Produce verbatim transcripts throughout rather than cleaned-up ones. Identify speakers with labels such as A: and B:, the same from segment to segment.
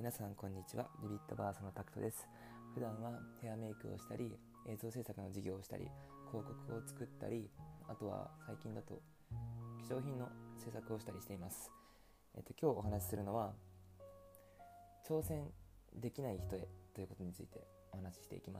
A: 皆さんこんにちは。ビビットバースのタクトです。普段はヘアメイクをしたり、映像制作の授業をしたり、広告を作ったり、あとは最近だと化粧品の制作をしたりしています。えっと、今日お話しするのは挑戦できない人へということについてお話ししていきます。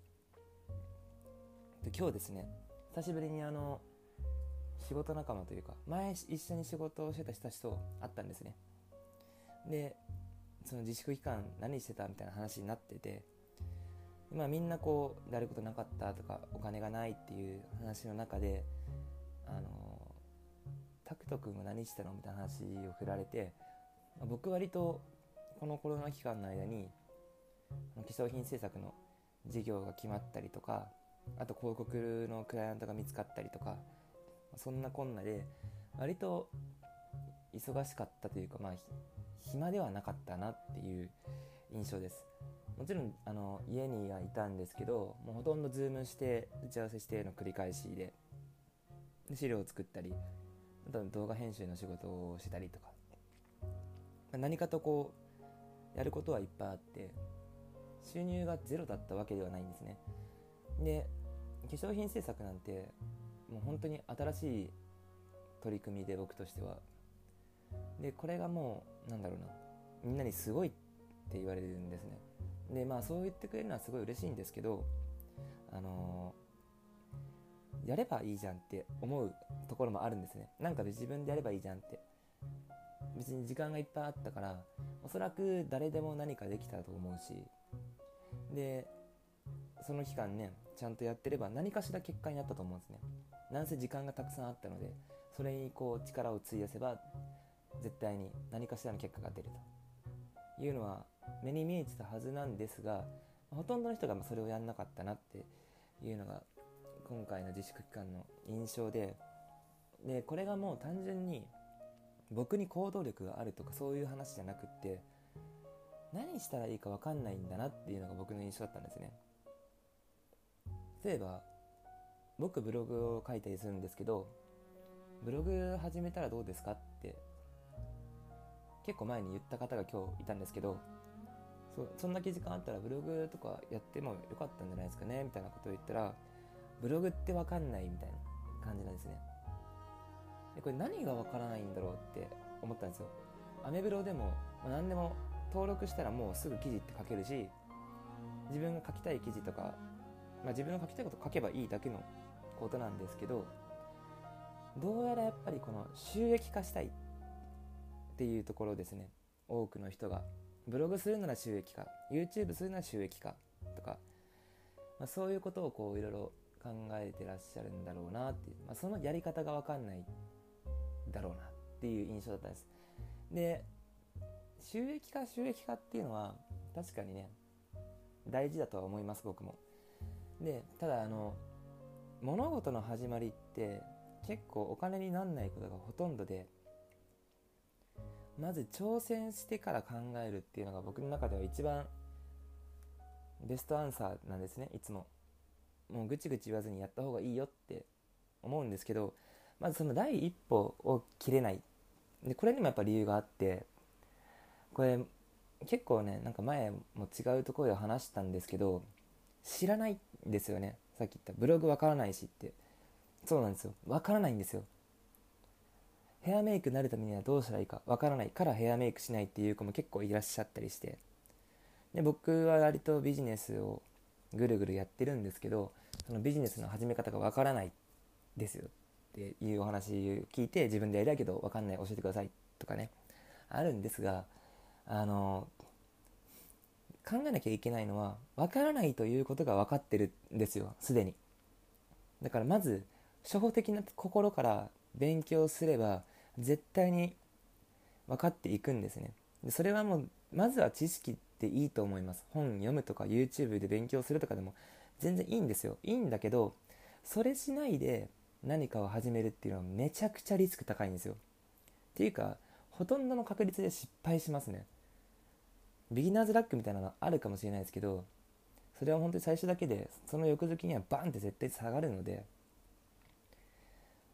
A: で今日ですね、久しぶりにあの仕事仲間というか前一緒に仕事をしてた人たちと会ったんですね。でその自粛期間何してたみたいな話になってて、まあ、みんなこうやることなかったとかお金がないっていう話の中で、あのタクト君は何してたのみたいな話を振られて、僕割とこのコロナ期間の間に化粧品制作の事業が決まったりとか、あと広告のクライアントが見つかったりとか、そんなこんなで割と忙しかったというか、まあ暇ではなかったなっていう印象です。もちろんあの家にはいたんですけど、もうほとんどズームして打ち合わせしての繰り返しで、で資料を作ったり、あと動画編集の仕事をしたりとか、何かとこうやることはいっぱいあって、収入がゼロだったわけではないんですね。で化粧品制作なんてもう本当に新しい取り組みで、僕としてはでこれがもうなんだろうな、みんなにすごいって言われるんですね。でまあそう言ってくれるのはすごい嬉しいんですけど、あのー、やればいいじゃんって思うところもあるんですね。なんかで自分でやればいいじゃんって、別に時間がいっぱいあったからおそらく誰でも何かできたと思うし、でその期間ねちゃんとやってれば何かしら結果になったと思うんですね。なんせ時間がたくさんあったので、それにこう力を費やせば絶対に何かしらの結果が出るというのは目に見えてたはずなんですが、ほとんどの人がそれをやんなかったなっていうのが今回の自粛期間の印象で、でこれがもう単純に僕に行動力があるとかそういう話じゃなくって、何したらいいか分かんないんだなっていうのが僕の印象だったんですね。例えば僕ブログを書いたりするんですけど、ブログ始めたらどうですかって結構前に言った方が今日いたんですけど、 そ, そんだけ時間あったらブログとかやってもよかったんじゃないですかねみたいなことを言ったら、ブログって分かんないみたいな感じなんですね。でこれ何が分からないんだろうって思ったんですよ。アメブロでも、まあ、何でも登録したらもうすぐ記事って書けるし、自分が書きたい記事とか、まあ、自分の書きたいこと書けばいいだけのことなんですけど、どうやらやっぱりこの収益化したいっていうところですね。多くの人がブログするなら収益化、 YouTube するなら収益化とか、まあ、そういうことをこういろいろ考えてらっしゃるんだろうなっていう、まあ、そのやり方が分かんないだろうなっていう印象だったんです。で収益化収益化っていうのは確かにね大事だとは思います、僕も。でただあの物事の始まりって結構お金になんないことがほとんどで、まず挑戦してから考えるっていうのが僕の中では一番ベストアンサーなんですね。いつももうぐちぐち言わずにやった方がいいよって思うんですけど、まずその第一歩を切れない。でこれにもやっぱ理由があって、これ結構ね、なんか前も違うところで話したんですけど、知らないんですよね。さっき言ったブログわからないしって、そうなんですよ、わからないんですよ。ヘアメイクになるためにはどうしたらいいかわからないからヘアメイクしないっていう子も結構いらっしゃったりして、で僕は割とビジネスをぐるぐるやってるんですけど、そのビジネスの始め方がわからないですよっていうお話を聞いて、自分でやりたいけどわかんない、教えてくださいとかね、あるんですが、あの考えなきゃいけないのはわからないということが分かってるんですよ、すでに。だからまず初歩的な心から勉強すれば絶対に分かっていくんですね。でそれはもうまずは知識っていいと思います。本読むとか YouTube で勉強するとかでも全然いいんですよ。いいんだけど、それしないで何かを始めるっていうのはめちゃくちゃリスク高いんですよ。っていうかほとんどの確率で失敗しますね。ビギナーズラックみたいなのあるかもしれないですけど、それは本当に最初だけで、その翌月にはバンって絶対下がるので、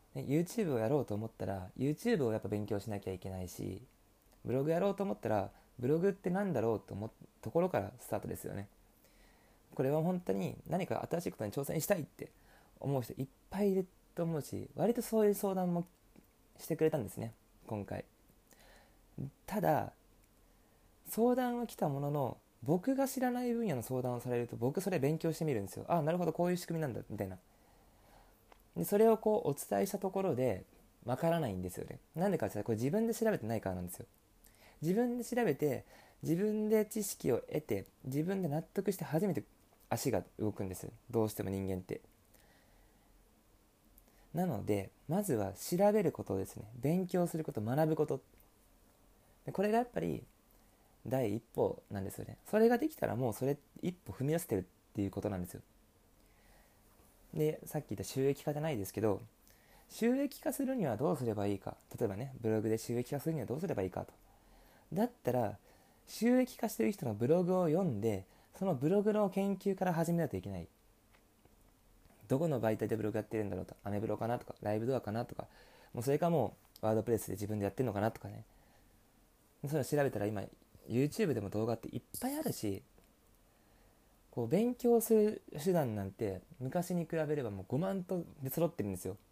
A: ね、YouTube をやろうと思ったら YouTube をやっぱ勉強しなきゃいけないし、ブログやろうと思ったらブログってなんだろうと思ったところからスタートですよね。これは本当に何か新しいことに挑戦したいって思う人いっぱいいると思うし、割とそういう相談もしてくれたんですね、今回。ただ相談は来たものの、僕が知らない分野の相談をされると、僕それ勉強してみるんですよ。あ、なるほど、こういう仕組みなんだみたいな。でそれをこうお伝えしたところでわからないんですよね。なんでかって言ったら、これ自分で調べてないからなんですよ。自分で調べて、自分で知識を得て、自分で納得して初めて足が動くんですよ、どうしても人間って。なのでまずは調べることですね。勉強すること、学ぶこと。でこれがやっぱり第一歩なんですよね。それができたらもうそれ一歩踏み出せてるっていうことなんですよ。でさっき言った収益化じゃないですけど、収益化するにはどうすればいいか。例えばね、ブログで収益化するにはどうすればいいかと。だったら収益化してる人のブログを読んで、そのブログの研究から始めないといけない。どこの媒体でブログやってるんだろうと、アメブロかなとか、ライブドアかなとか、もうそれかもうワードプレスで自分でやってるのかなとかね。そういうの調べたら今 YouTube でも動画っていっぱいあるし、こう勉強する手段なんて昔に比べればもうごまんと出揃ってるんですよ。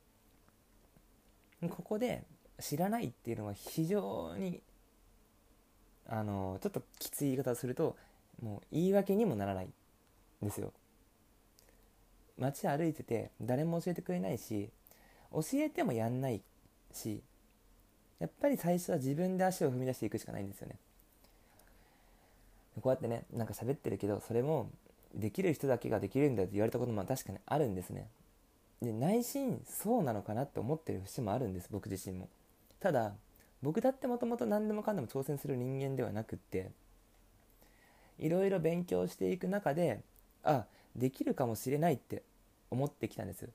A: ここで知らないっていうのは非常にあのちょっときつい言い方をすると、もう言い訳にもならないんですよ。街歩いてて誰も教えてくれないし、教えてもやんないし、やっぱり最初は自分で足を踏み出していくしかないんですよね。こうやってね、なんか喋ってるけど、それもできる人だけができるんだと言われたことも確かにあるんですね。で内心そうなのかなって思ってる節もあるんです、僕自身も。ただ僕だってもともと何でもかんでも挑戦する人間ではなくって、いろいろ勉強していく中で、あ、できるかもしれないって思ってきたんです。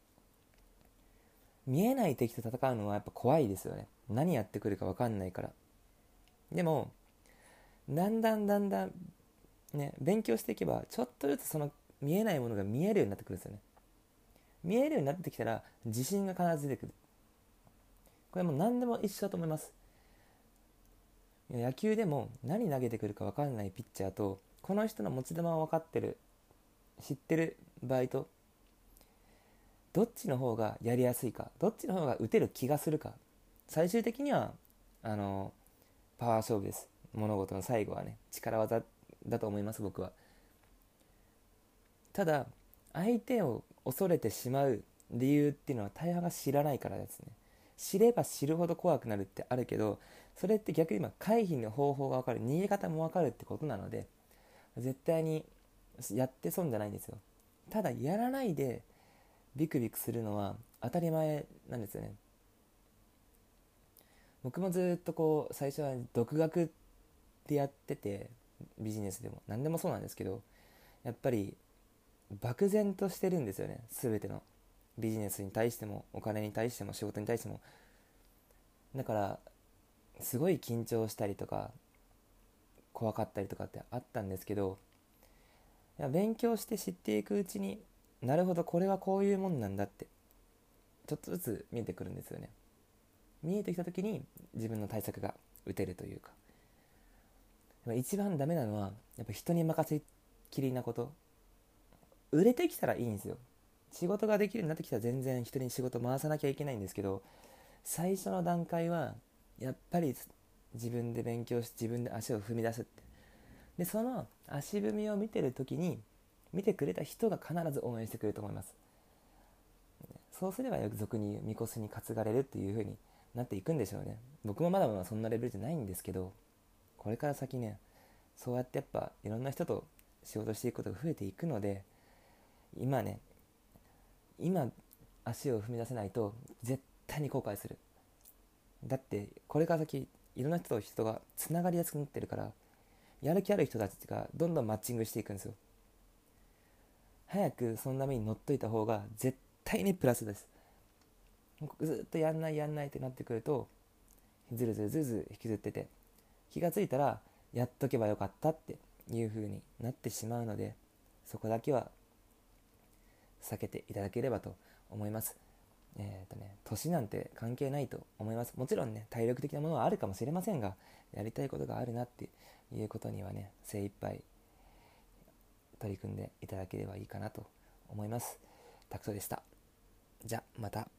A: 見えない敵と戦うのはやっぱ怖いですよね。何やってくるか分かんないから。でもだんだんだんだんね、勉強していけばちょっとずつその見えないものが見えるようになってくるんですよね。見えるようになってきたら自信が必ず出てくる。これも何でも一緒だと思います。野球でも何投げてくるか分かんないピッチャーと、この人の持ち球を分かってる知ってる場合と、どっちの方がやりやすいか、どっちの方が打てる気がするか、最終的にはあのパワー勝負です。物事の最後はね、力技だと思います、僕は。ただ相手を恐れてしまう理由っていうのは大半が知らないからですね。知れば知るほど怖くなるってあるけど、それって逆に今回避の方法が分かる、逃げ方も分かるってことなので、絶対にやって損じゃないんですよ。ただやらないでビクビクするのは当たり前なんですよね。僕もずっとこう最初は独学でやってて、ビジネスでも何でもそうなんですけど、やっぱり漠然としてるんですよね。全てのビジネスに対しても、お金に対しても、仕事に対しても。だからすごい緊張したりとか怖かったりとかってあったんですけど、いや勉強して知っていくうちに、なるほど、これはこういうもんなんだってちょっとずつ見えてくるんですよね。見えてきた時に自分の対策が打てるというか。一番ダメなのはやっぱ人に任せきりなこと。売れてきたらいいんですよ。仕事ができるようになってきたら全然人に仕事回さなきゃいけないんですけど、最初の段階はやっぱり自分で勉強して自分で足を踏み出すって。でその足踏みを見てる時に見てくれた人が必ず応援してくれると思います。そうすれば俗に言うみこしに担がれるっていう風になっていくんでしょうね。僕もまだまだそんなレベルじゃないんですけど、これから先ね、そうやってやっぱいろんな人と仕事していくことが増えていくので、今ね今足を踏み出せないと絶対に後悔する。だってこれから先いろんな人と人がつながりやすくなってるから、やる気ある人たちがどんどんマッチングしていくんですよ。早くその波に乗っといた方が絶対にプラスです。ずっとやんないやんないってなってくると、ずるずるずるずる引きずってて、気がついたらやっとけばよかったっていう風になってしまうので、そこだけは避けていただければと思います。 えーとね、年なんて関係ないと思います。もちろんね、体力的なものはあるかもしれませんが、やりたいことがあるなっていうことにはね、精一杯取り組んでいただければいいかなと思います。タクトでした。じゃあまた。